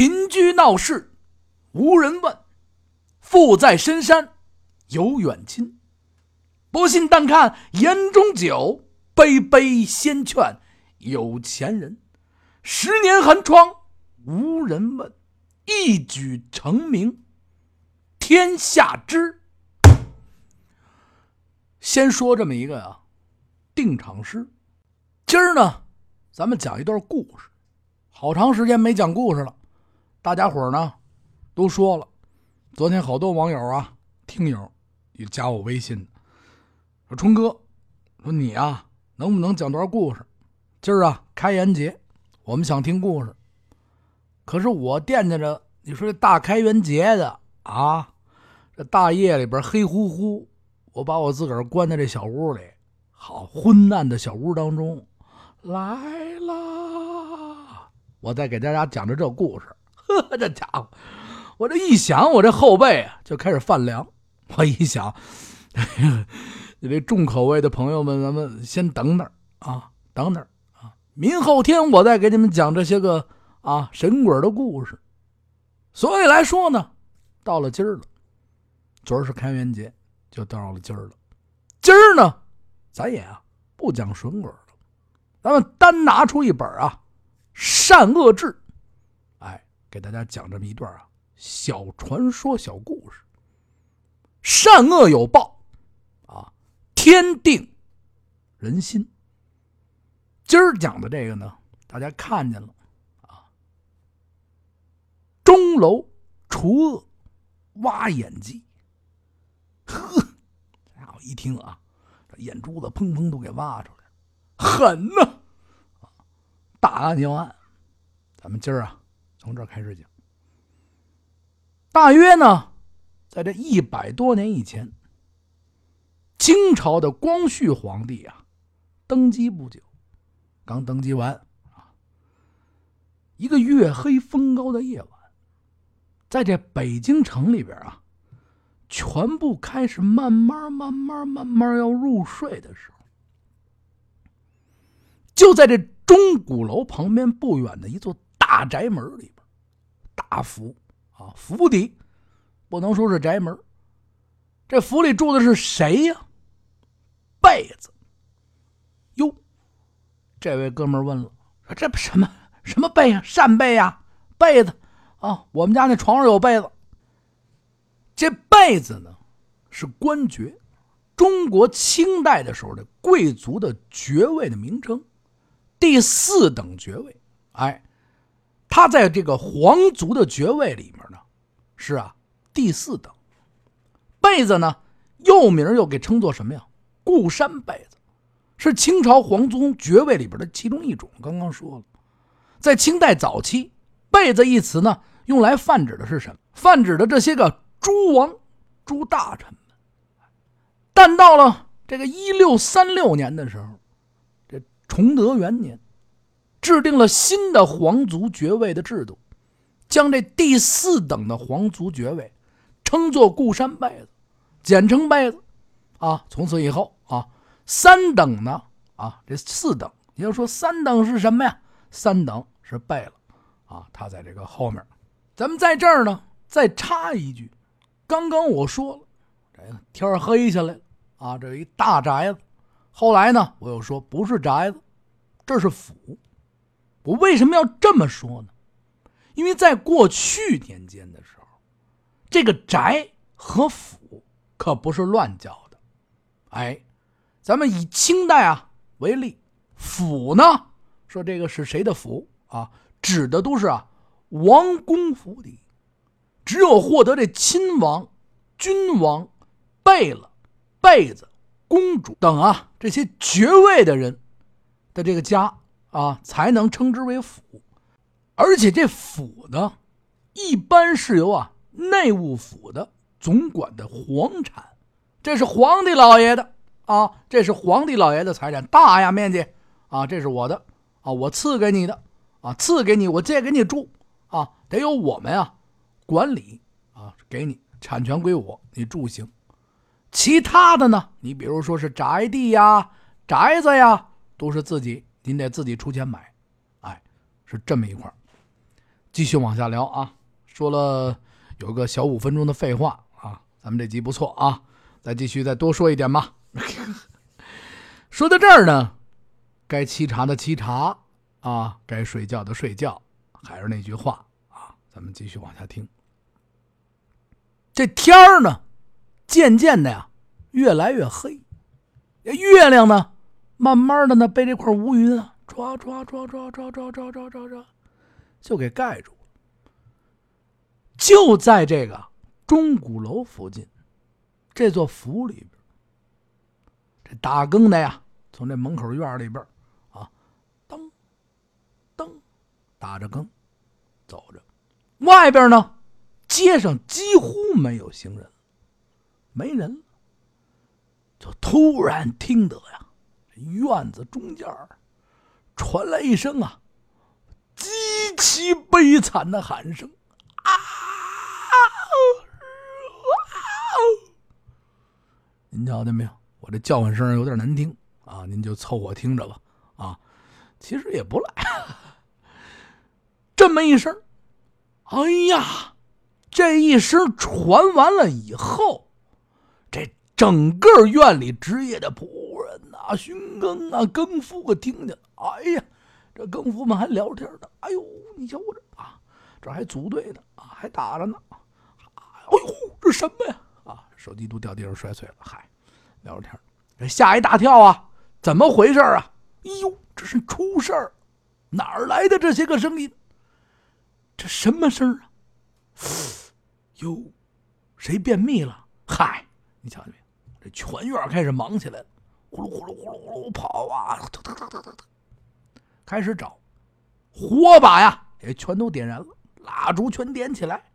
邻居闹事无人问，富在深山有远亲。不信但看眼中酒，杯杯先劝有钱人。10年寒窗无人问，一举成名天下知。先说这么一个定场诗。今儿呢，咱们讲一段故事。好长时间没讲故事了，大家伙呢都说了。昨天好多网友听友也加我微信，说春哥，说你能不能讲段故事？今儿开元节，我们想听故事。可是我惦记着，你说这大开元节的这大夜里边黑乎乎，我把我自个儿关在这小屋里，好昏暗的小屋当中，来啦！我再给大家讲着这故事，这家伙，我这一想，我这后背就开始泛凉。我一想，你这重口味的朋友们，咱们先等等等等明后天我再给你们讲这些个神鬼的故事。所以来说呢，到了今儿了，昨儿是开元节，就到了今儿了。今儿呢，咱也不讲神鬼了，咱们单拿出一本善恶志，给大家讲这么一段小传说、小故事。善恶有报天定人心。今儿讲的这个呢，大家看见了钟楼除恶挖眼迹。一听这眼珠子砰砰都给挖出来了，狠呐！大案要案，咱们今儿从这儿开始讲。大约呢，在这100多年以前，清朝的光绪皇帝登基不久，刚登基完一个月黑风高的夜晚，在这北京城里边全部开始慢慢要入睡的时候，就在这钟鼓楼旁边不远的一座大宅门里边，大府府邸，不能说是宅门。这府里住的是谁呀？被子。哟，这位哥们问了，说这什么被扇被被子我们家那床上有被子。这被子呢，是官爵，中国清代的时候的贵族的爵位的名称，第4等爵位。他在这个皇族的爵位里面呢，是第4等。被子呢，又名又给称作什么呀？固山被子，是清朝皇族爵位里边的其中一种。刚刚说了，在清代早期，被子一词呢，用来泛指的是什么？泛指的这些个诸王、诸大臣们。但到了这个1636年的时候，这崇德元年，制定了新的皇族爵位的制度，将这第4等的皇族爵位称作固山被子，简称被子。从此以后3等呢这4等，也就是说3等是什么呀？3等是被了他在这个后面。咱们在这儿呢再插一句，刚刚我说了，这个天黑下来了这一大宅子。后来呢，我又说不是宅子，这是府。我为什么要这么说呢？因为在过去年间的时候，这个宅和府可不是乱叫的。咱们以清代为例，府呢，说这个是谁的府指的都是王公府邸。只有获得这亲王、君王、贝勒、贝子、公主等这些爵位的人的这个家才能称之为府。而且这府呢，一般是由内务府的总管的皇产，这是皇帝老爷的这是皇帝老爷的财产，大面积这是我的我赐给你的赐给你，我借给你住得由我们管理给你，产权归我，你住行。其他的呢，你比如说是宅地宅子都是您得自己出钱买。是这么一块。 继续往下聊啊，说了有个小5分钟的废话啊，咱们这集不错啊，再继续再多说一点吧。说到这儿呢，该沏茶的沏茶啊，该睡觉的睡觉，还是那句话啊，咱们继续往下听。这天儿呢，渐渐的呀，越来越黑，月亮呢，慢慢的呢，被这块乌云啊，唰就给盖住了。就在这个钟鼓楼附近，这座府里边，这打更的呀，从这门口院里边啊，噔噔打着更走着。外边呢，街上几乎没有行人，没人了，就突然听得呀，院子中间传来一声啊极其悲惨的喊声啊！您瞧见没有？我这叫唤声有点难听啊，您就凑合听着吧啊。其实也不赖，这么一声，哎呀，这一声传完了以后，这整个院里值夜的仆人啊、巡更啊、更夫啊听见，哎呀，这更夫们还聊天呢。哎呦，你瞧我这啊，这还组队呢啊，还打着呢。哎呦，这什么呀？啊，手机都掉地上摔碎了。嗨，聊天，这吓一大跳啊！怎么回事啊？哎呦，这是出事儿！哪儿来的这些个声音？这什么声啊？哟，谁便秘了？嗨，你瞧见没？这全院开始忙起来了，呼噜呼噜呼噜呼噜跑啊，开始找火把呀，也全都点燃了，蜡烛全点起来，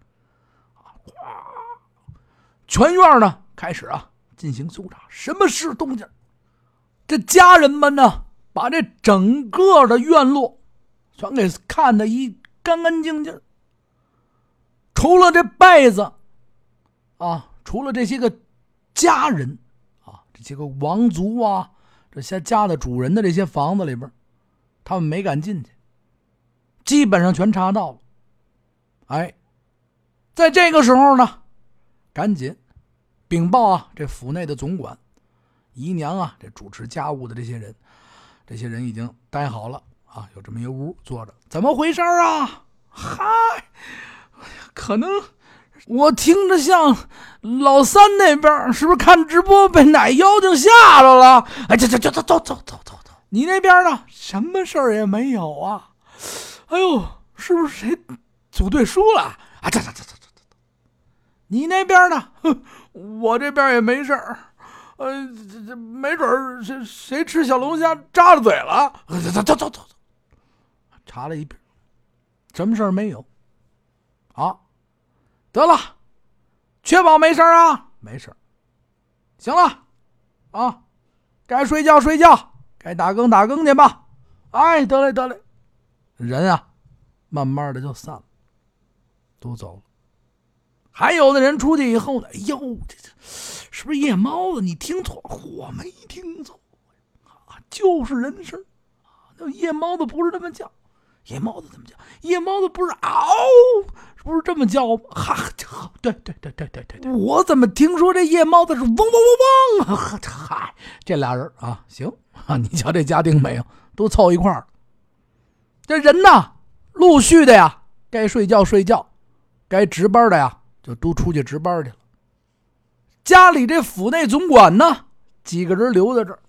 全院呢开始啊进行搜查，什么是动静？这家人们呢，把这整个的院落全给看得一干干净净，除了这被子啊，除了这些个家人啊，这些个王族啊，这些家的主人的这些房子里边，他们没敢进去，基本上全查到了。哎，在这个时候呢，赶紧禀报啊，这府内的总管姨娘啊，这主持家务的这些人已经待好了啊，有这么一个屋坐着。怎么回事啊？嗨，可能我听着像老三那边是不是看直播被哪妖精吓着了？哎，走，你那边呢？什么事儿也没有啊？哎呦，是不是谁组队输了？啊，走，你那边呢？我这边也没事儿。这没准谁吃小龙虾扎了嘴了？走，查了一遍，什么事儿没有。啊，得了，确保没事啊，没事。行了，啊，该睡觉睡觉，该打更打更去吧。哎，得嘞，人啊，慢慢的就散了，都走了。还有的人出去以后呢，哎呦，这是不是夜猫子？你听错了，我没听错啊，就是人声啊。那夜猫子不是这么叫，夜猫子怎么叫？夜猫子不是嗷，不是这么叫吗？哈，对，我怎么听说这夜猫子是嗡啊？嗨，这俩人啊，行啊，你瞧这家丁没有，都凑一块儿。这人呢，陆续的呀，该睡觉睡觉，该值班的呀，就都出去值班去了。家里这府内总管呢，几个人留在这儿。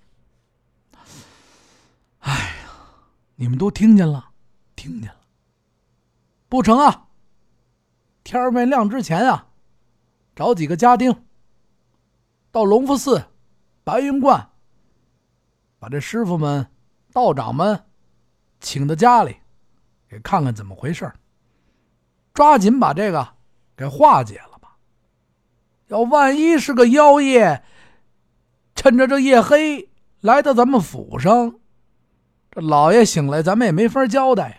哎呀，你们都听见了？听见了。不成啊，天没亮之前啊，找几个家丁到隆福寺、白云观，把这师傅们、道长们请到家里，给看看怎么回事，抓紧把这个给化解了吧。要万一是个妖孽，趁着这夜黑来到咱们府上，这老爷醒来咱们也没法交代呀。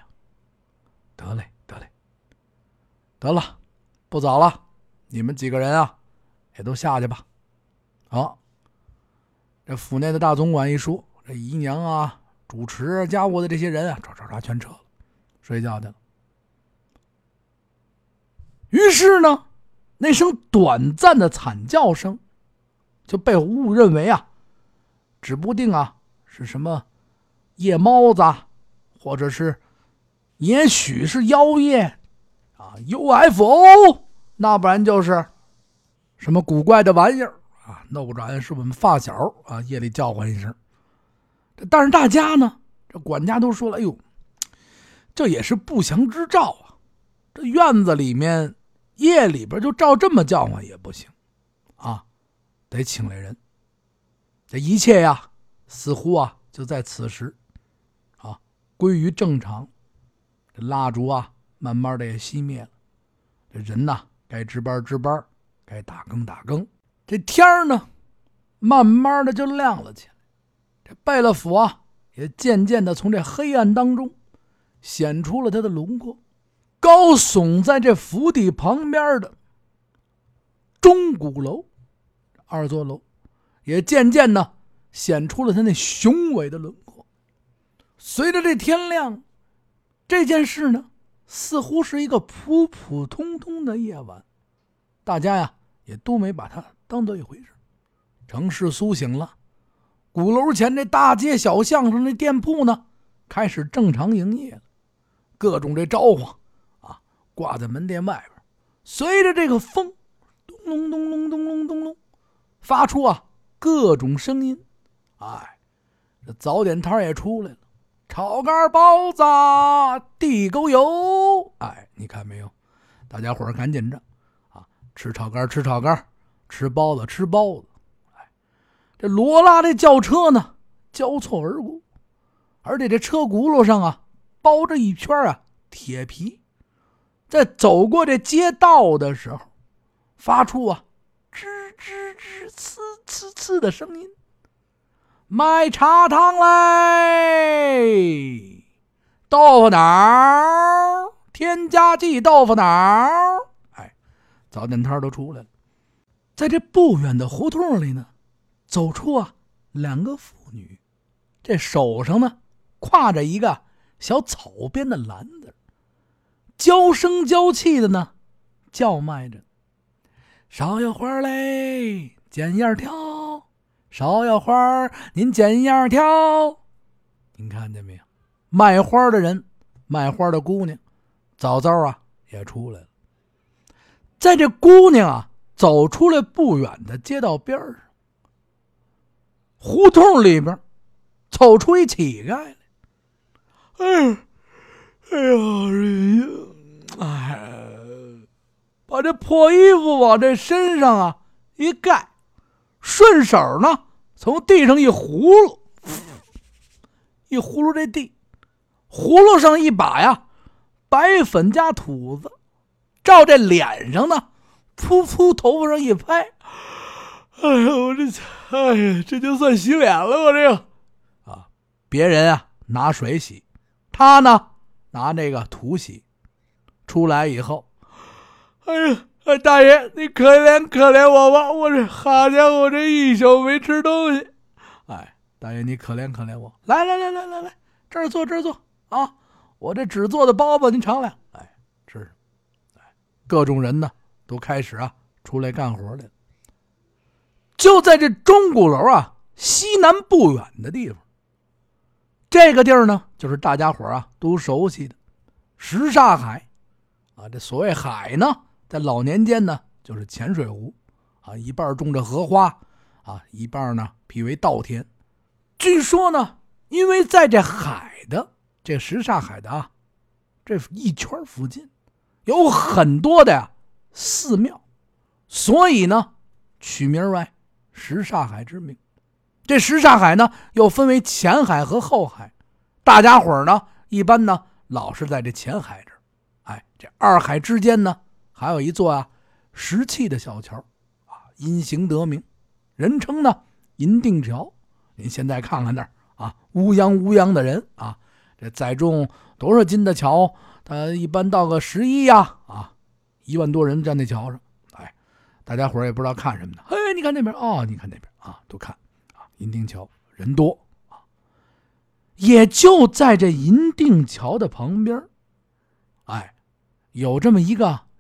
得了，不早了，你们几个人啊也都下去吧。好，这府内的大总管一说，这姨娘啊、主持家务的这些人啊，唰全撤了，睡觉去了。 于是呢，那声短暂的惨叫声就被误认为啊，指不定啊是什么夜猫子，或者是也许是妖夜啊 UFO， 那不然就是什么古怪的玩意儿啊，那不然是我们发小啊夜里叫唤一声。但是大家呢，这管家都说了，哎呦，这也是不祥之兆啊，这院子里面夜里边就照这么叫唤也不行啊，得请来人。这一切呀，似乎啊就在此时啊归于正常。这蜡烛啊慢慢的也熄灭了，这人呐该值班值班，该打更打更。这天呢慢慢的就亮了起来，这贝勒府啊也渐渐的从这黑暗当中显出了他的轮廓。高耸在这府邸旁边的钟鼓楼2座楼也渐渐的显出了他那雄伟的轮廓。随着这天亮，这件事呢似乎是一个普普通通的夜晚，大家呀也都没把它当做一回事。城市苏醒了，鼓楼前这大街小巷上的店铺呢开始正常营业了，各种这招呼啊挂在门店外边，随着这个风咚隆咚隆咚隆咚隆发出啊各种声音。哎，这早点摊也出来了，炒肝包子地沟油。哎，你看没有，大家伙赶紧着啊，吃炒肝吃炒肝，吃包子吃包子。哎，这罗拉的轿车呢交错而过，而且这车轱辘上啊包着一圈啊铁皮，在走过这街道的时候发出啊吱吱吱呲呲呲的声音。卖茶汤嘞，豆腐脑，添加剂豆腐脑。哎，早点摊都出来了。在这不远的胡同里呢，走出啊2个妇女，这手上呢挎着一个小草编的篮子，娇声娇气的呢叫卖着：芍药花嘞，剪叶挑，芍药花您剪样挑。您看见没有，卖花的人，卖花的姑娘早早啊也出来了。在这姑娘啊走出来不远的街道边上，胡同里边凑出一乞丐来。把这破衣服往这身上啊一盖，顺手呢从地上一葫芦，一葫芦这地，葫芦上一把呀白粉加土子，照这脸上呢噗噗头发上一拍。这就算洗脸了，我这个啊，别人啊拿水洗，他呢拿这个土洗。出来以后，大爷你可怜可怜我吧，我这好家伙这一宿没吃东西。哎，大爷你可怜可怜我，来，这儿坐啊，我这纸做的包子您尝尝。哎，吃。哎，各种人呢都开始啊出来干活来了。就在这钟鼓楼啊西南不远的地方，这个地儿呢就是大家伙啊都熟悉的什刹海啊。这所谓海呢，在老年间呢就是浅水湖啊，一半种着荷花啊，一半呢辟为稻田。据说呢，因为在这海的这什刹海的啊这一圈附近有很多的呀寺庙，所以呢取名为什刹海之名。这什刹海呢又分为前海和后海，大家伙呢一般呢老是在这前海这儿。哎，这2海之间呢还有一座啊石砌的小桥啊，因形得名，人称呢银锭桥。您现在看看那儿啊，乌泱的人啊，这载重多少斤的桥，它一般到个11呀啊，1万多人站在桥上。哎，大家伙也不知道看什么呢。嘿，你看那边哦，你看那边啊，都看啊，银锭桥人多啊。也就在这银锭桥的旁边，哎，有这么一个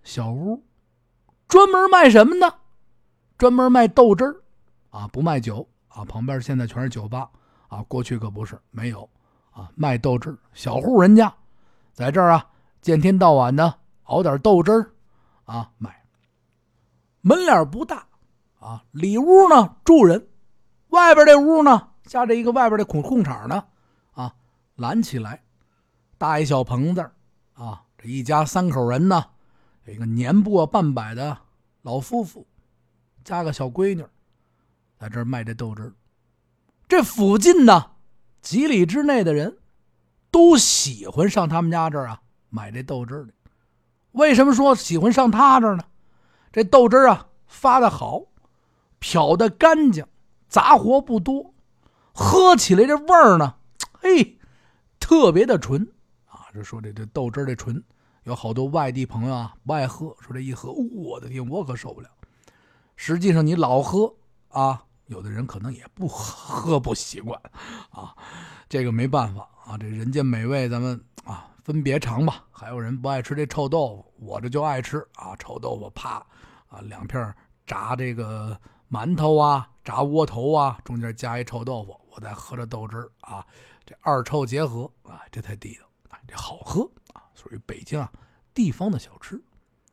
小屋，专门卖什么呢？专门卖豆汁儿啊，不卖酒啊。旁边现在全是酒吧啊，过去可不是，没有啊，卖豆汁儿。小户人家在这儿啊，见天到晚的熬点豆汁儿啊卖。门脸不大啊，里屋呢住人，外边这屋呢加这一个外边的空场呢啊，拦起来，搭一小棚子啊。这一家3口人呢，有一个年过半百的老夫妇，加个小闺女，在这儿卖这豆汁。这附近呢几里之内的人都喜欢上他们家这儿啊买这豆汁的。为什么说喜欢上他这儿呢？这豆汁啊发的好，漂的干净，杂活不多，喝起来这味儿呢，嘿，特别的纯啊。这说这豆汁的纯，有好多外地朋友啊不爱喝，说这一喝，我的天，我可受不了。实际上你老喝啊，有的人可能也不喝不习惯啊，这个没办法啊，这人间美味咱们啊分别尝吧。还有人不爱吃这臭豆腐，我这就爱吃啊，臭豆腐啪啊2片炸这个馒头啊，炸窝头啊，中间加一臭豆腐，我再喝着豆汁啊，这2臭结合啊，这才地道啊，这好喝啊，属于北京啊地方的小吃。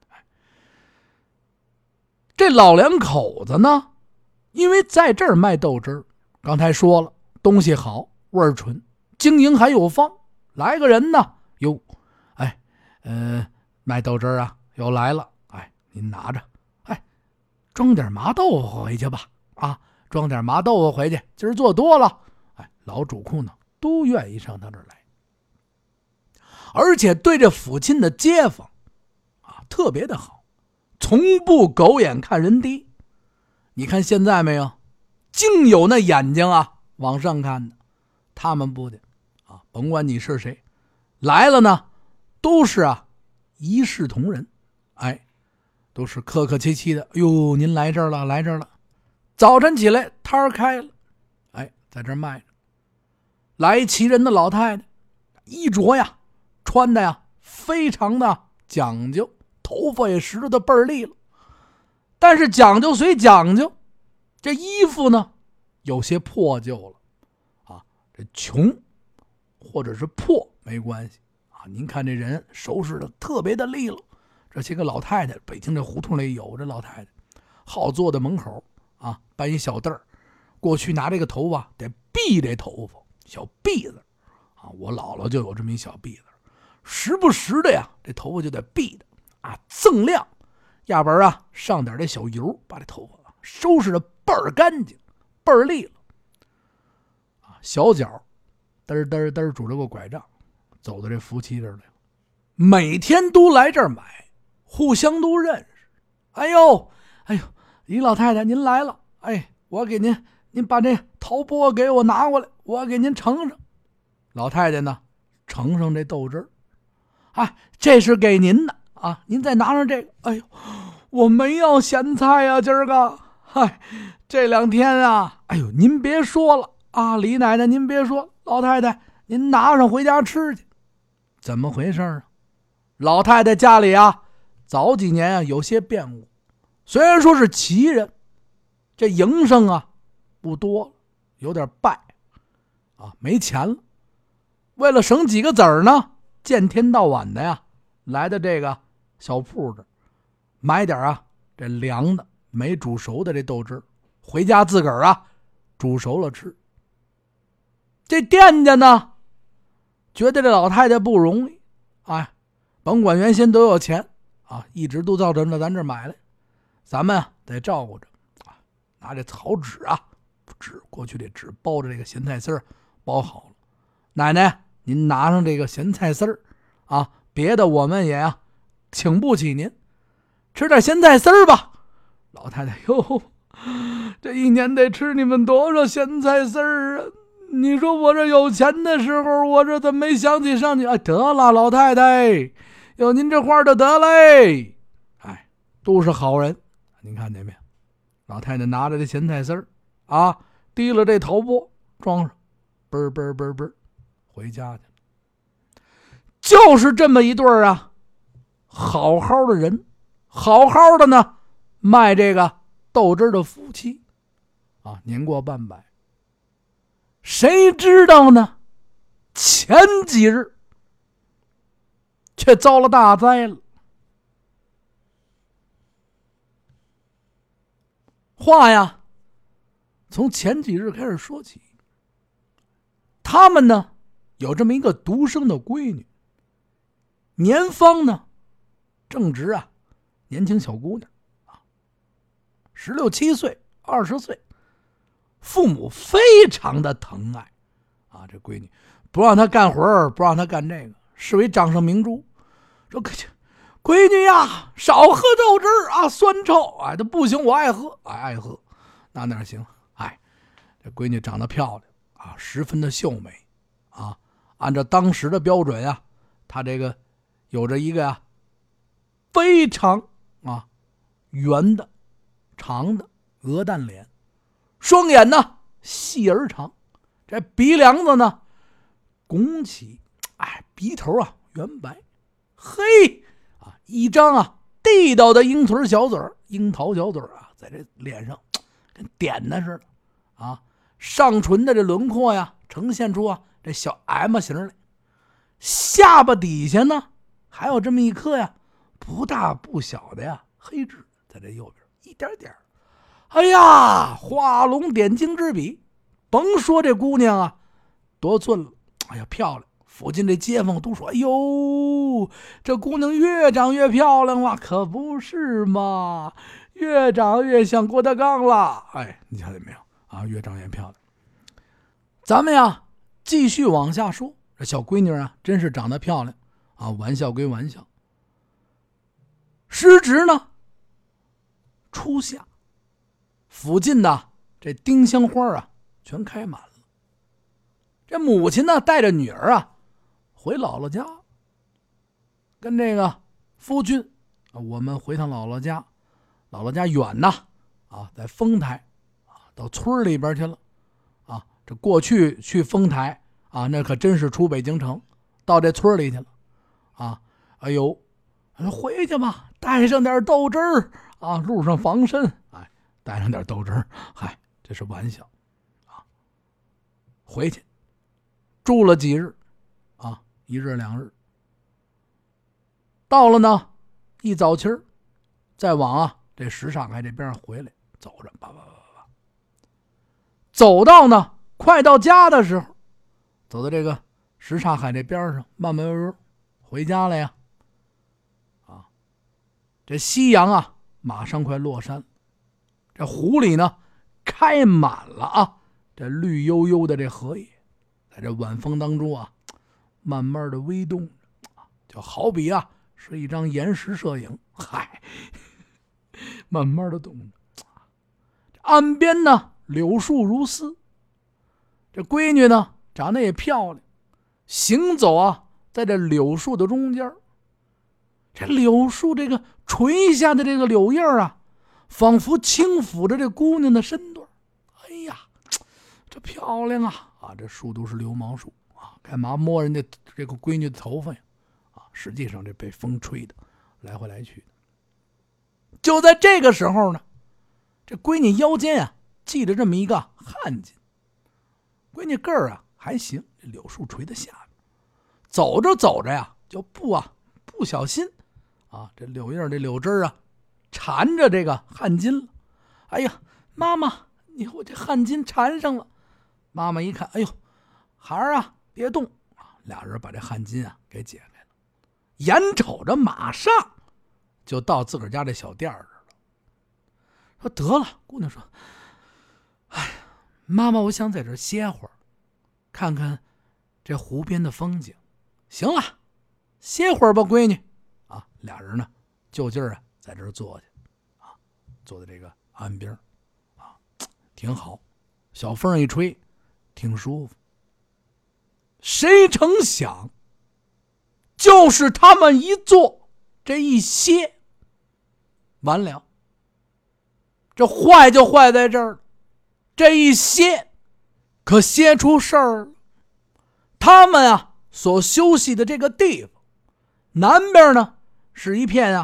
这老2口子呢，因为在这儿卖豆汁儿，刚才说了，东西好，味儿纯，经营还有方。来个人呢，哟，哎，卖豆汁儿啊，又来了，哎，您拿着，哎，装点麻豆腐回去吧，啊，装点麻豆腐回去，今儿做多了，哎，老主顾呢都愿意上他这儿来，而且对这附近的街坊啊特别的好，从不狗眼看人低。你看现在没有，净有那眼睛啊往上看的，他们不的啊，甭管你是谁，来了呢都是啊一视同仁，哎，都是客客气气的。哟，您来这儿了，来这儿了。早晨起来摊儿开了，哎，在这儿卖着。来齐人的老太太，衣着呀穿的呀非常的讲究，头发也拾的倍儿利了。但是讲究虽讲究，这衣服呢有些破旧了啊。这穷或者是破没关系啊，您看这人收拾的特别的利落。这些个老太太，北京这胡同里有这老太太，好坐在门口啊，搬一小凳儿，过去拿这个头发得篦这头发，小篦子啊。我姥姥就有这么一小篦子，时不时的呀，这头发就得篦的啊，锃亮。要不然啊，上点这小油，把这头发收拾的倍儿干净，倍儿利落。啊，小脚嘚儿嘚儿嘚儿拄着个拐杖，走到这夫妻这儿来了。每天都来这儿买，互相都认识。哎呦，李老太太您来了，哎，我给您把这头钵给我拿过来，我给您盛上。老太太呢，盛上这豆汁儿，哎，这是给您的啊，您再拿上这个。哎呦，我没要咸菜啊，今儿个，嗨，这2天啊，哎呦，您别说了啊，李奶奶您别说，老太太您拿上回家吃去。怎么回事啊？老太太家里啊，早几年啊有些变故，虽然说是奇人，这营生啊不多，有点败啊，没钱了。为了省几个子儿呢，见天到晚的呀，来到这个小铺这买点啊这凉的没煮熟的这豆汁，回家自个儿啊煮熟了吃。这店家呢觉得这老太太不容易，哎，甭管原先都有钱啊，一直都到咱这买来，咱们啊得照顾着啊，拿这草纸啊，纸过去这纸包着这个咸菜丝儿，包好了。奶奶您拿上这个咸菜丝儿啊，别的我们也啊请不起您，吃点咸菜丝儿吧。老太太，哟，这一年得吃你们多少咸菜丝儿啊？你说我这有钱的时候，我这怎么没想起上去？哎，得了，老太太，有您这话就得嘞。哎，都是好人，您看见没有？老太太拿着这咸菜丝儿啊，提了这头钵，装上，嘣嘣嘣嘣，回家去。就是这么一对儿啊，好好的人， 好好的呢卖这个豆汁的夫妻啊，年过半百。谁知道呢，前几日却遭了大灾了。话呀从前几日开始说起。他们呢有这么一个独生的闺女，年方呢正值啊年轻小姑娘啊，16、17岁、20岁，父母非常的疼爱啊这闺女，不让她干活儿，不让她干这个，视为掌上明珠。说闺女呀，少喝豆汁儿啊，酸臭，哎，她不行，我爱喝，哎，爱喝，那哪行？哎，这闺女长得漂亮啊，十分的秀美啊，按照当时的标准啊，她这个有着一个呀非常啊圆的长的鹅蛋脸，双眼呢细而长，这鼻梁子呢拱起，哎，鼻头啊圆白，嘿啊，一张啊地道的樱桃小嘴啊，在这脸上跟点的似的啊，上唇的这轮廓呀呈现出啊这小 M 型来，下巴底下呢还有这么一颗呀不大不小的呀黑痣，在这右边一点点。哎呀，画龙点睛之笔，甭说这姑娘啊多俊了，哎呀漂亮，附近这街坊都说，哎呦，这姑娘越长越漂亮了，可不是嘛，越长越像郭德纲了。哎，你瞧见没有啊，越长越漂亮。咱们呀继续往下说，这小闺女啊真是长得漂亮啊，玩笑归玩笑。时值呢初夏，附近的这丁香花啊全开满了。这母亲呢带着女儿啊回姥姥家，跟这个夫君啊，我们回趟姥姥家。姥姥家远呐啊，在丰台啊，到村里边去了啊。这过去去丰台啊，那可真是出北京城，到这村里去了啊。哎呦，回去吧，带上点豆汁儿啊，路上防身。哎，带上点豆汁儿，嗨，这是玩笑啊。回去住了几日啊，1日2日，到了呢一早起儿，再往啊这什刹海这边上回来，走着叭叭叭叭，走到呢快到家的时候，走到这个什刹海这边上，慢慢悠悠回家了呀。啊，这夕阳啊马上快落山，这湖里呢开满了啊这绿油油的这荷叶，在这晚风当中啊慢慢的微动，就好比啊是一张延时摄影，嗨，慢慢的动着。岸边呢柳树如丝，这闺女呢长得也漂亮，行走啊在这柳树的中间，这柳树这个垂下的这个柳叶啊，仿佛轻抚着这姑娘的身段。哎呀，这漂亮啊！啊，这树都是流氓树啊，干嘛摸人家这个闺女的头发呀？啊，实际上这被风吹的来回来去的。就在这个时候呢，这闺女腰间啊系着这么一个汗巾。闺女个儿啊还行，这柳树垂在下面，走着走着呀，就不小心啊，这柳叶这柳枝啊缠着这个汗巾了。哎呀，妈妈，我这汗巾缠上了。妈妈一看，哎呦，孩儿啊别动啊，俩人把这汗巾啊给解开了，眼瞅着马上就到自个儿家这小店儿了。说得了，姑娘说，哎呀，妈妈，我想在这儿歇会儿，看看这湖边的风景。行了，歇会儿吧，闺女。啊，俩人呢就近啊在这儿坐下啊，坐在这个岸边啊，挺好，小风一吹挺舒服。谁成想就是他们一坐，这一歇完了，这坏就坏在这儿了。这一歇可歇出事儿了。他们啊所休息的这个地方南边呢是一片啊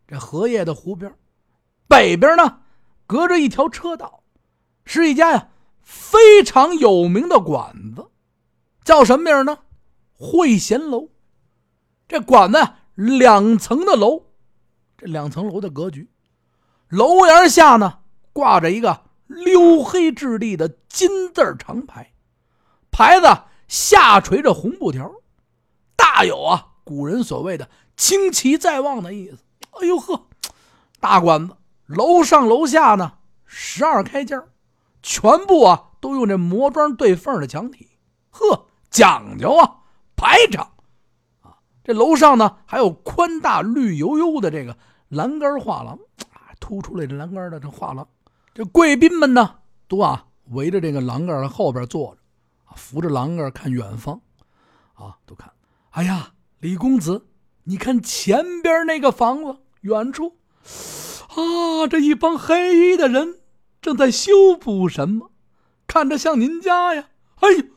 这荷叶的湖边，北边呢隔着一条车道，是一家呀非常有名的馆子，叫什么名呢？会贤楼。这馆子2层的楼，这2层楼的格局，楼檐下呢挂着一个鎏黑质地的金字长牌，牌子下垂着红布条，大有古人所谓的旌旗在望的意思。哎呦呵，大馆子楼上楼下呢12开间，全部都用这磨砖对缝的墙体，呵，讲究排场。这楼上呢还有宽大绿油油的这个栏杆画廊，凸出来这栏杆的这画廊，这贵宾们呢都围着这个栏杆的后边坐着，扶着栏杆看远方，都看。哎呀，李公子，你看前边那个房子，远处这一帮黑衣的人正在修补什么，看着像您家呀。哎呦，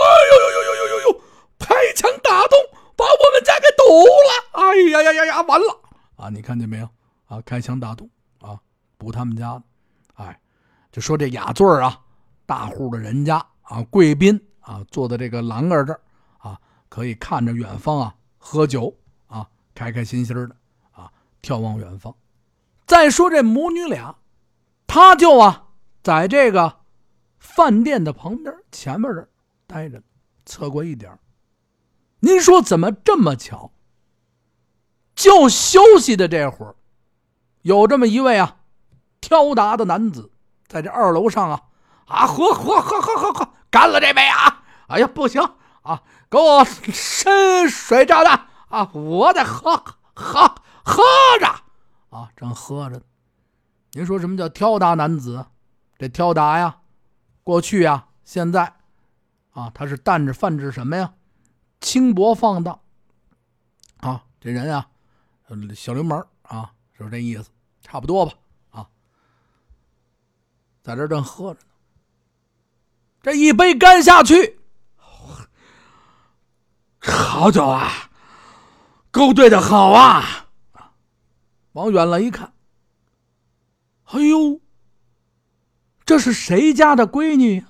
拍墙打洞，把我们家给堵了！哎呀，完了你看见没有开墙打洞补他们家的。就说这雅座大户的人家贵宾坐在这个栏杆这儿可以看着远方喝酒开开心心的眺望远方。再说这母女俩，她就在这个饭店的旁边前面这儿待着，侧过一点。您说怎么这么巧，就休息的这会儿，有这么一位挑达的男子在这2楼上喝，干了这杯哎呀不行给我深水炸弹我得喝着正喝着。您说什么叫挑达男子？这挑达过去现在他是泛指什么呀？轻薄放荡这人小流氓就是这意思，差不多吧在这正喝着呢，这一杯干下去，好酒勾兑的好往远了一看，哎呦，这是谁家的闺女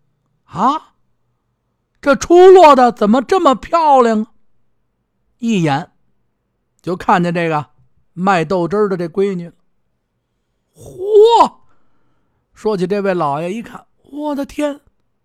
这出落的怎么这么漂亮一眼就看见这个卖豆汁的这闺女了。嚯！说起这位老爷一看，我的天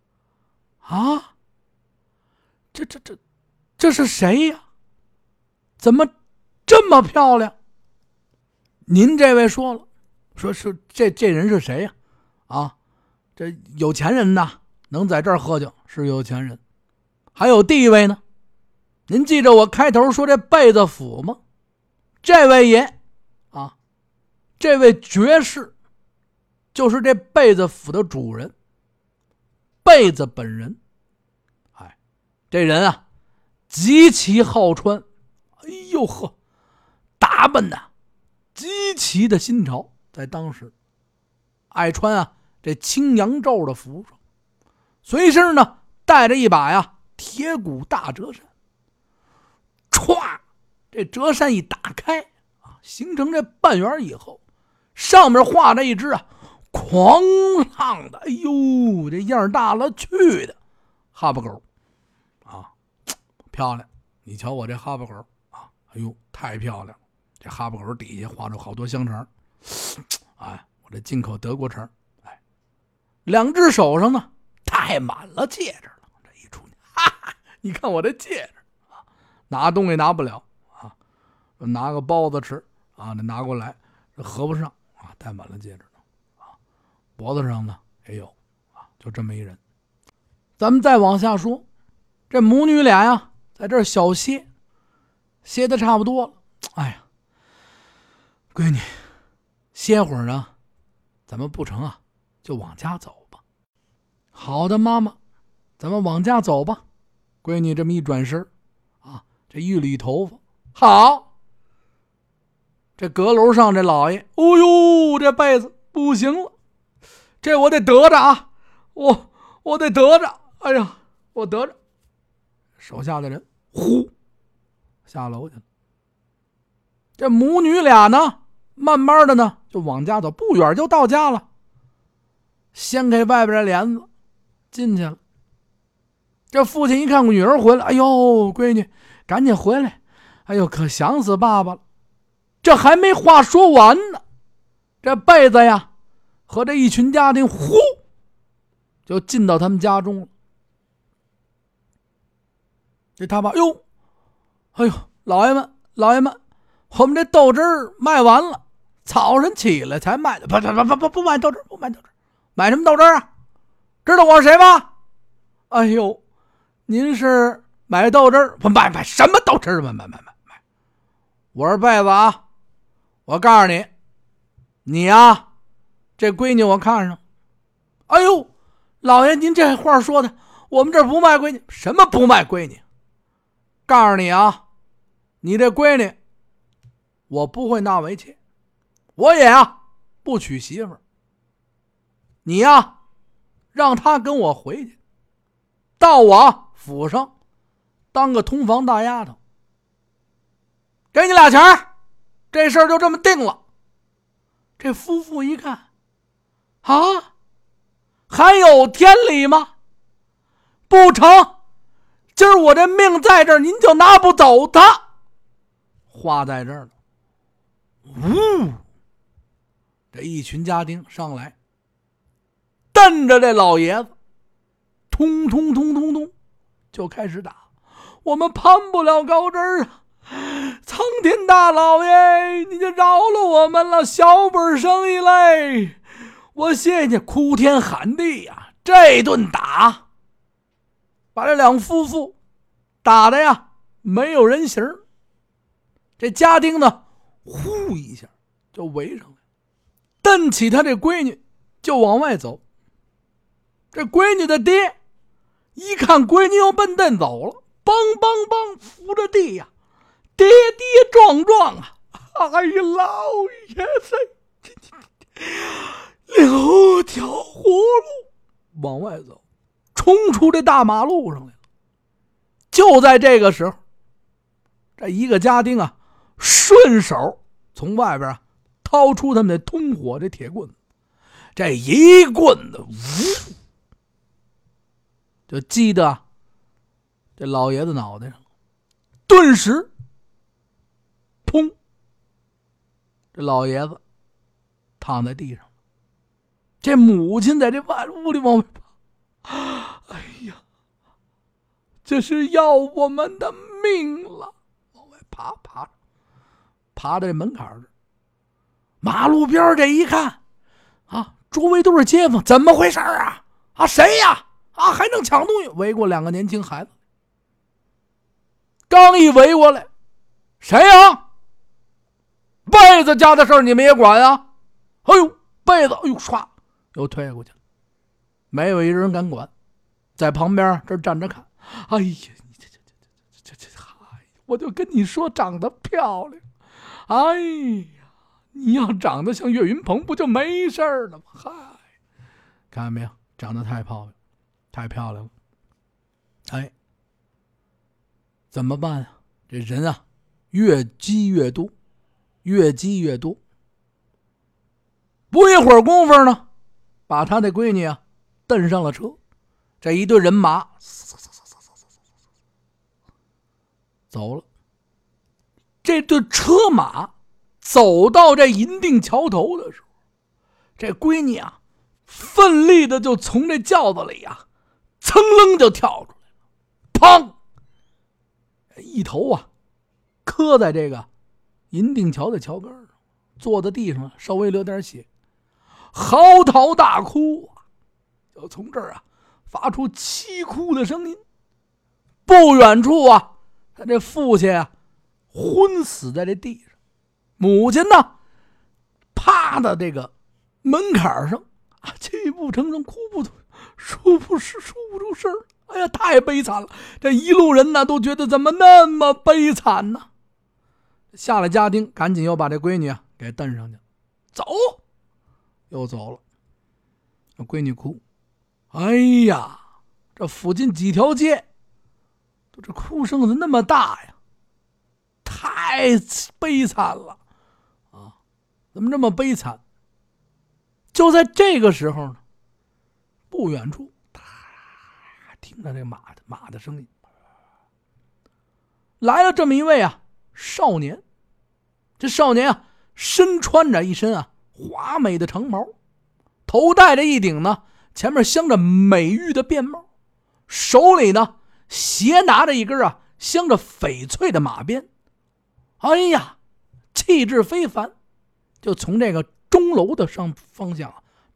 这是谁呀？怎么这么漂亮？您这位说了，说是这人是谁呀？这有钱人能在这儿喝酒是有钱人，还有地位呢。您记着我开头说这贝子府吗？这位爷这位爵士就是这贝子府的主人，贝子本人。这人极其好穿，哎呦呵，打扮极其的新潮，在当时爱穿这青扬皱的服装，随身呢带着一把铁骨大折扇，歘，这折扇一打开形成这半圆以后，上面画着一只狂浪的，哎呦，这样大了去的哈巴狗漂亮。你瞧我这哈巴狗哎呦太漂亮了，这哈巴狗底下画着好多香肠，我这进口德国肠。2只手上呢戴满了戒指了，这一出你看我这戒指拿东西拿不了拿个包子吃拿过来这合不上戴满了戒指脖子上呢也有就这么一人。咱们再往下说，这母女俩在这儿小歇的差不多了。哎呀，闺女，歇会儿呢，咱们不成就往家走吧。好的，妈妈，咱们往家走吧。闺女这么一转身这一捋头发，好，这阁楼上这老爷，哦呦，这被子不行了，这我得得着我得得着，哎呀，我得着。手下的人呼下楼去了。这母女俩呢慢慢的呢就往家走，不远就到家了。掀开外边的帘子进去了。这父亲一看女儿回来，哎呦，闺女赶紧回来，哎呦，可想死爸爸了。这还没话说完呢，这被子呀和这一群家丁呼就进到他们家中了。这他爸，哎呦，老爷们，我们这豆汁儿卖完了，早晨起来才卖的，不卖豆汁儿，不卖豆汁儿，买什么豆汁儿啊？知道我是谁吗？哎呦，您是买豆汁儿？不买什么豆汁儿？买！我是被子啊！我告诉你，你啊，这闺女我看上。哎呦，老爷您这话说的，我们这儿不卖闺女，什么不卖闺女？告诉你啊，你这闺女我不会纳为妾，我也啊不娶媳妇儿。你呀让她跟我回去，到我府上当个通房大丫头，给你俩钱儿，这事儿就这么定了。这夫妇一看，啊，还有天理吗？不成，今儿我这命在这儿，您就拿不走他。话在这儿了。这一群家丁上来，瞪着这老爷子，通就开始打。我们攀不了高枝儿啊！苍天大老爷，你就饶了我们了，小本生意嘞！我谢谢，哭天喊地呀！这顿打，把这两夫妇打的呀没有人形。这家丁呢，呼一下就围上来，瞪起他这闺女就往外走。这闺女的爹一看闺女又奔瞪走了，梆扶着地呀，跌撞啊！哎呀，老爷子，留条活路，往外走，冲出这大马路上来了。就在这个时候，这一个家丁啊，顺手从外边啊掏出他们的通火这铁棍子，这一棍子就击得这老爷子脑袋上了。顿时砰，这老爷子躺在地上。这母亲在这屋里往外爬，哎呀，这是要我们的命了！往外爬到这门槛儿。马路边这一看啊，周围都是街坊，怎么回事啊？啊，谁呀？啊，还能抢东西？围过两个年轻孩子，刚一围过来，谁呀？被子家的事儿你们也管啊？哎呦，被子，哎呦，唰又推过去了，没有一人敢管，在旁边这站着看。哎呀，你这，我就跟你说长得漂亮，哎呀，你要长得像岳云鹏不就没事了吗？嗨，看见没有，长得太漂亮了。哎，怎么办啊？这人啊越积越多。不一会儿功夫呢，把他的闺女啊蹬上了车。这一队人马走了。这队车马走到这银锭桥头的时候，这闺女啊奋力的就从这轿子里啊噌楞就跳出来了，砰，一头啊磕在这个银锭桥的桥根上，坐在地上稍微流点血，嚎啕大哭啊，就从这儿啊发出凄哭的声音。不远处啊，他这父亲啊昏死在这地上，母亲呢趴在这个门槛上啊，泣不成声，哭不说不出声。哎呀，太悲惨了！这一路人呢都觉得怎么那么悲惨呢？下来家丁赶紧又把这闺女啊给蹬上去，走，又走了。闺女哭，哎呀，这附近几条街都这哭声是那么大呀，太悲惨了啊！ 怎么这么悲惨？就在这个时候呢，不远处听着这马的声音，来了这么一位少年。这少年身穿着一身华美的长袍，头戴着一顶呢前面镶着美玉的便帽，手里呢斜拿着一根镶着翡翠的马鞭。哎呀，气质非凡，就从这个钟楼的方向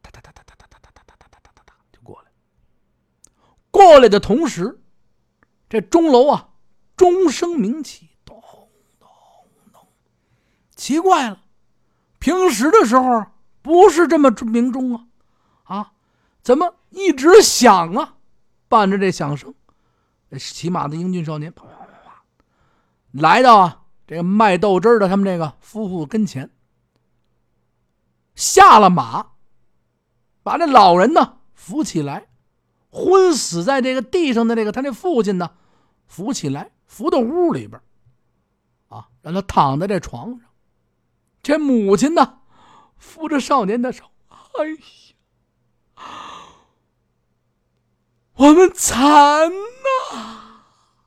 就过来的同时，这钟楼钟声鸣起，咚咚咚。奇怪了，平时的时候不是这么鸣钟怎么一直响伴着这响声，骑马的英俊少年啪啪啪啪来到这个卖豆汁的他们这个夫妇跟前，下了马，把这老人呢扶起来，昏死在这个地上的他这父亲呢扶起来，扶到屋里边让他躺在这床上。这母亲呢扶着少年的手，哎呀，我们惨呐！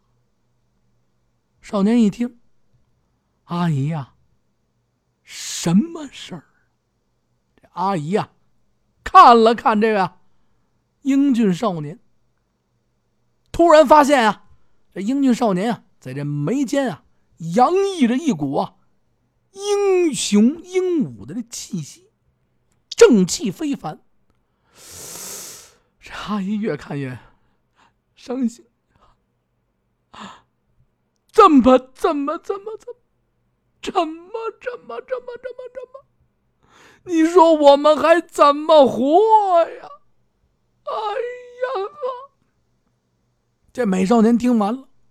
少年一听，阿姨什么事儿？这阿姨看了看这个英俊少年，突然发现这英俊少年在这眉间洋溢着一股英雄英武的气息，正气非凡。这阿姨越看越伤心，怎么你说我们还怎么活呀？哎呀，这美少年听完了，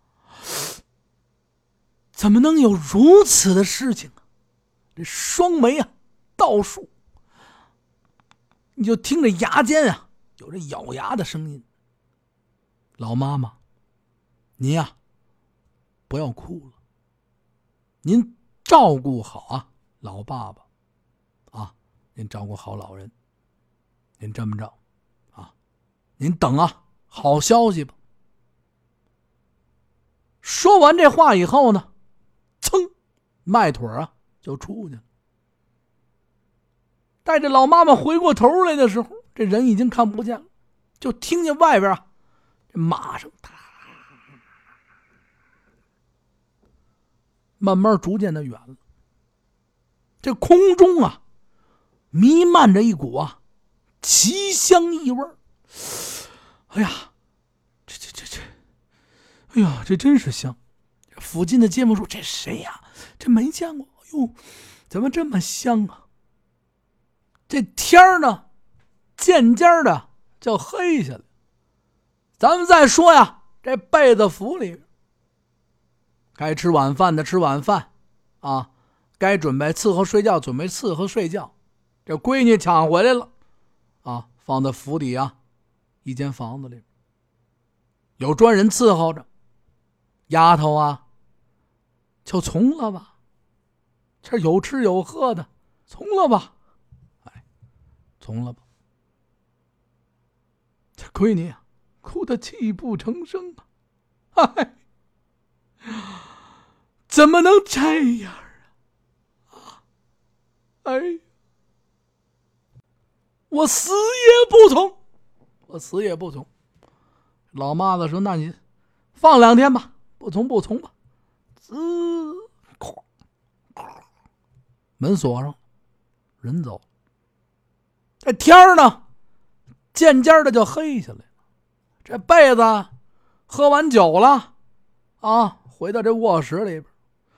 怎么能有如此的事情这双眉倒竖，你就听着牙尖有这咬牙的声音。老妈妈，您不要哭了，您照顾好老爸爸您照顾好老人，您这么着您等好消息吧。说完这话以后呢，噌，迈腿就出去了。待着老妈妈回过头来的时候，这人已经看不见了，就听见外边这马声慢慢逐渐的远了。这空中弥漫着一股奇香异味。哎呀，哎呀，这真是香！附近的街坊说：“这谁呀？这没见过。哎呦，怎么这么香啊？”这天呢，渐渐的就黑下来。咱们再说这被子府里该吃晚饭的吃晚饭该准备伺候睡觉准备伺候睡觉。这闺女抢回来了放在府邸一间房子里，有专人伺候着。丫头就从了吧，这有吃有喝的，从了吧，从了吧。这闺女哭得泣不成声怎么能这样我死也不从，我死也不从。老妈子说：“那你放2天吧，不从吧。”门锁上，人走了。这天呢，渐渐的就黑下来了。这被子喝完酒了回到这卧室里边。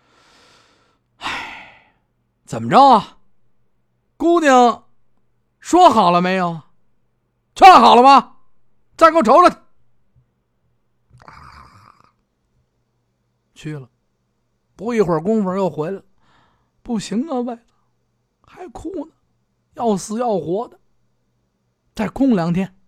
怎么着姑娘说好了没有？劝好了吗？再给我瞅瞅。去了，不一会儿功夫又回来了。不行妹子还哭呢，要死要活的，再空2天。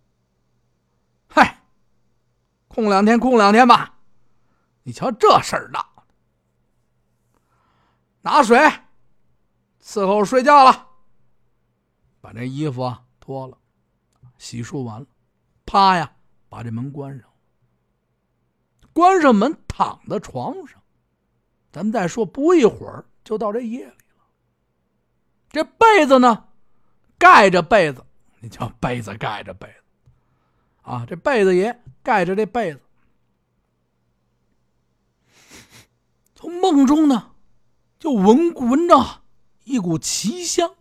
空2天吧。你瞧这事儿大，拿水伺候睡觉了。把这衣服啊脱了，洗漱完了，啪呀把这门关上。关上门，躺在床上。咱们再说，不一会儿就到这夜里了。这被子呢，盖着被子，你叫被子盖着被子啊，这被子也盖着这被子。从梦中呢，就闻着一股奇香。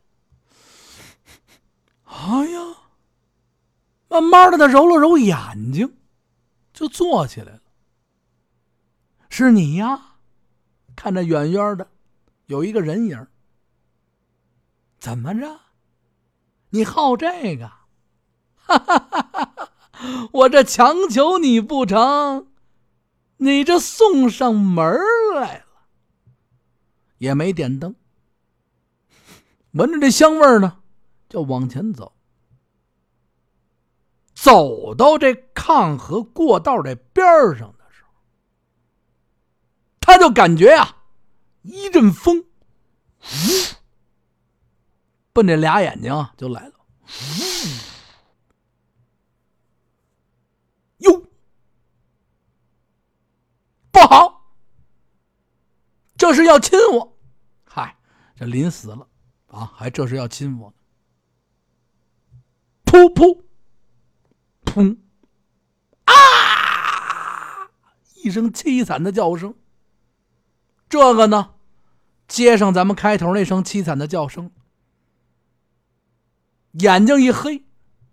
哎呀，慢慢的他揉了揉眼睛，就坐起来了。是你呀？看着远远的有一个人影。怎么着？你好这个？哈哈哈哈！我这强求你不成，你这送上门来了。也没点灯，闻着这香味呢，就往前走。走到这抗河过道这边上的时候，他就感觉啊，一阵风，奔这俩眼睛啊就来了。哟，不好，这是要亲我！嗨，这临死了啊，还这是要亲我！噗噗噗！啊！一声凄惨的叫声。这个呢，接上咱们开头那声凄惨的叫声，眼睛一黑，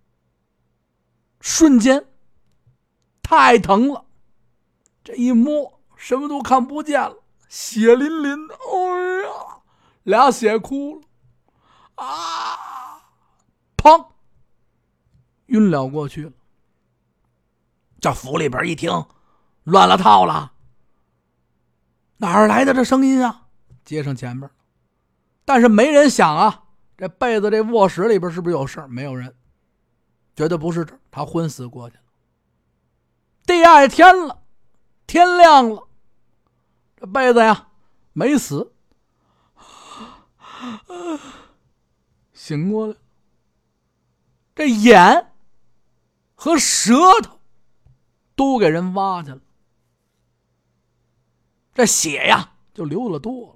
瞬间太疼了，这一摸什么都看不见了，血淋淋的，哎呀，俩血窟窿啊，砰，晕了过去了。这府里边一听，乱了套了，哪儿来的这声音啊？接上前面，但是没人想啊，这被子这卧室里边是不是有事？没有人，绝对不是这，他昏死过去了。第二天了，天亮了，这被子呀没死，醒过来，这眼和舌头都给人挖去了，这血呀就流了多了。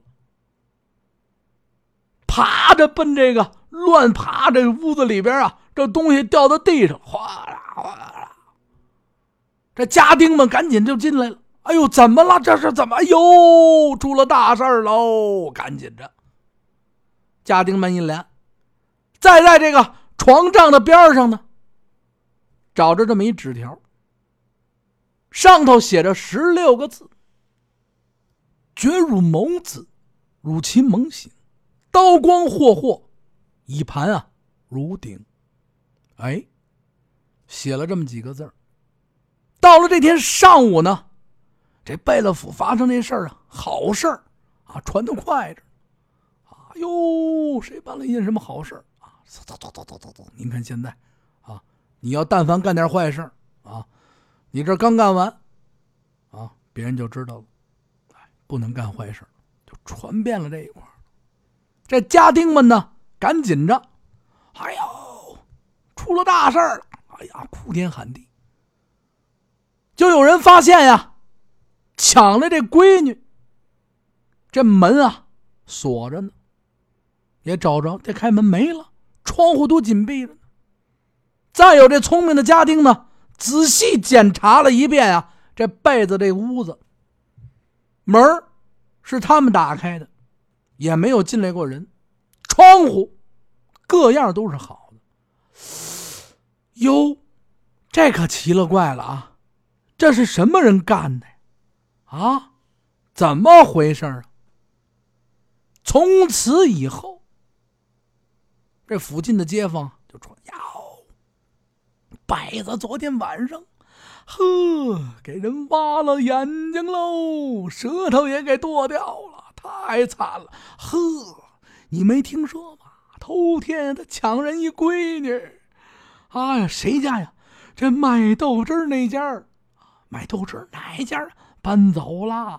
爬着奔这个乱爬，这屋子里边啊，这东西掉到地上，哗啦哗啦。这家丁们赶紧就进来了。哎呦，怎么了？这是怎么？哎呦，出了大事喽！赶紧着，家丁们一连，再在这个床帐的边上呢，找着这么一纸条，上头写着16个字：绝汝谋子，汝其猛醒。刀光霍霍，以盘啊如鼎。哎，写了这么几个字。到了这天上午呢，这贝勒府发生这事儿啊，好事儿啊，传得快着。哎呦，谁办了一件什么好事啊？走！您看现在啊，你要但凡干点坏事啊，你这刚干完啊，别人就知道了。哎，不能干坏事，就传遍了这一块。这家丁们呢，赶紧着，哎呦，出了大事了！哎呀，哭天喊地。就有人发现呀，抢了这闺女，这门啊锁着呢，也找着，这开门没了，窗户都紧闭着呢。再有这聪明的家丁呢，仔细检查了一遍啊，这被子这屋子门是他们打开的，也没有进来过人，窗户各样都是好的。哟，这可奇了怪了啊！这是什么人干的呀？啊，怎么回事啊？从此以后，这附近的街坊就说：“哟，被子昨天晚上，给人挖了眼睛喽，舌头也给剁掉了，太惨了！你没听说吗？头天他抢人一闺女，哎呀，谁家呀？这卖豆汁那家，卖豆汁哪家搬走了？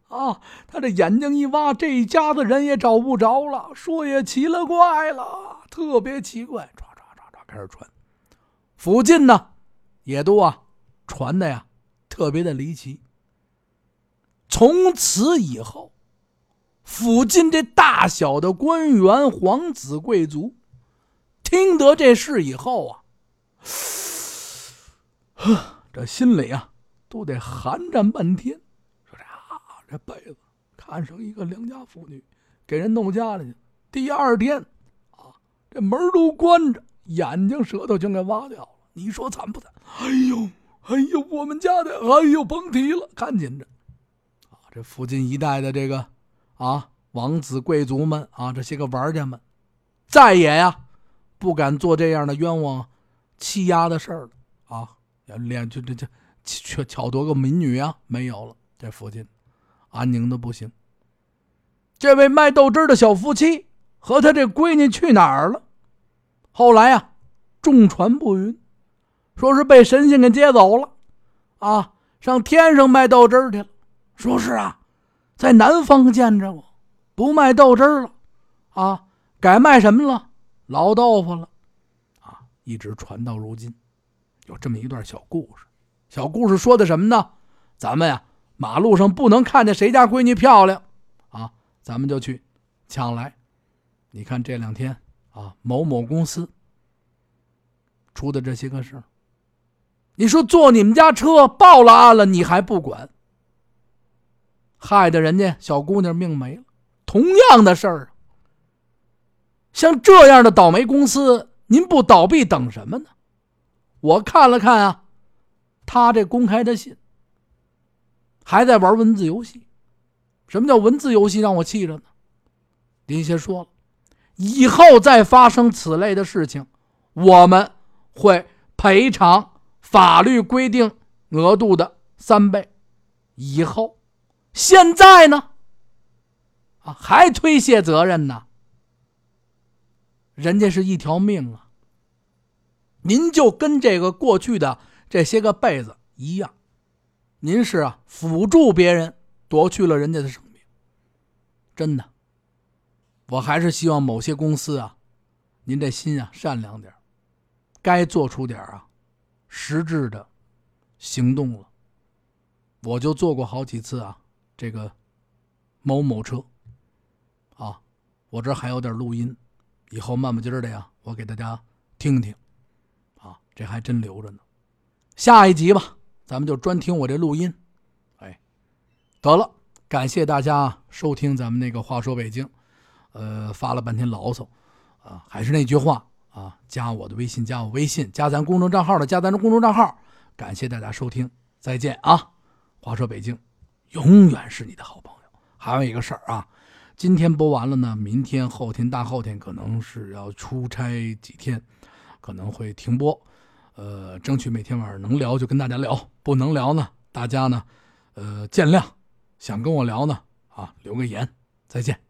啊，他这眼睛一挖，这一家子人也找不着了，说也奇了怪了，特别奇怪，唰开始传，附近呢也都传的特别的离奇。从此以后，附近这大小的官员、皇子、贵族，听得这事以后这心里都得寒战半天，说这辈子看上一个良家妇女，给人弄家里去，第二天这门都关着，眼睛舌头全给挖掉了，你说惨不惨？哎呦，我们家的甭提了，看紧着这附近一带的这个王子贵族们这些个玩家们，再也不敢做这样的冤枉欺压的事儿了巧夺个民女没有了，这附近安宁的不行。这位卖豆汁的小夫妻和他这闺女去哪儿了？后来众传不匀，说是被神仙给接走了上天上卖豆汁去了。说是在南方见着我，不卖豆汁了改卖什么了？老豆腐了一直传到如今。有这么一段小故事，小故事说的什么呢？咱们马路上不能看见谁家闺女漂亮咱们就去抢来。你看这两天某某公司出的这些个事儿，你说坐你们家车报了案了，你还不管，害得人家小姑娘命没了。同样的事儿像这样的倒霉公司，您不倒闭等什么呢？我看了看他这公开的信，还在玩文字游戏。什么叫文字游戏？让我气着呢。林先说了，以后再发生此类的事情，我们会赔偿法律规定额度的3倍。以后现在呢还推卸责任呢？人家是一条命您就跟这个过去的这些个辈子一样，您是辅助别人夺去了人家的生命。真的，我还是希望某些公司您这心善良点，该做出点实质的行动了。我就做过好几次这个某某车我这还有点录音，以后慢慢劲儿的我给大家听听这还真留着呢。下一集吧，咱们就专听我这录音。得了，感谢大家收听咱们那个话说北京。发了半天牢骚还是那句话加我的微信，加我微信，加咱公众账号的加咱的公众账号。感谢大家收听，再见话说北京永远是你的好朋友。还有一个事儿今天播完了呢，明天后天大后天可能是要出差几天，可能会停播。争取每天晚上能聊就跟大家聊，不能聊呢大家呢见谅，想跟我聊呢留个言。再见。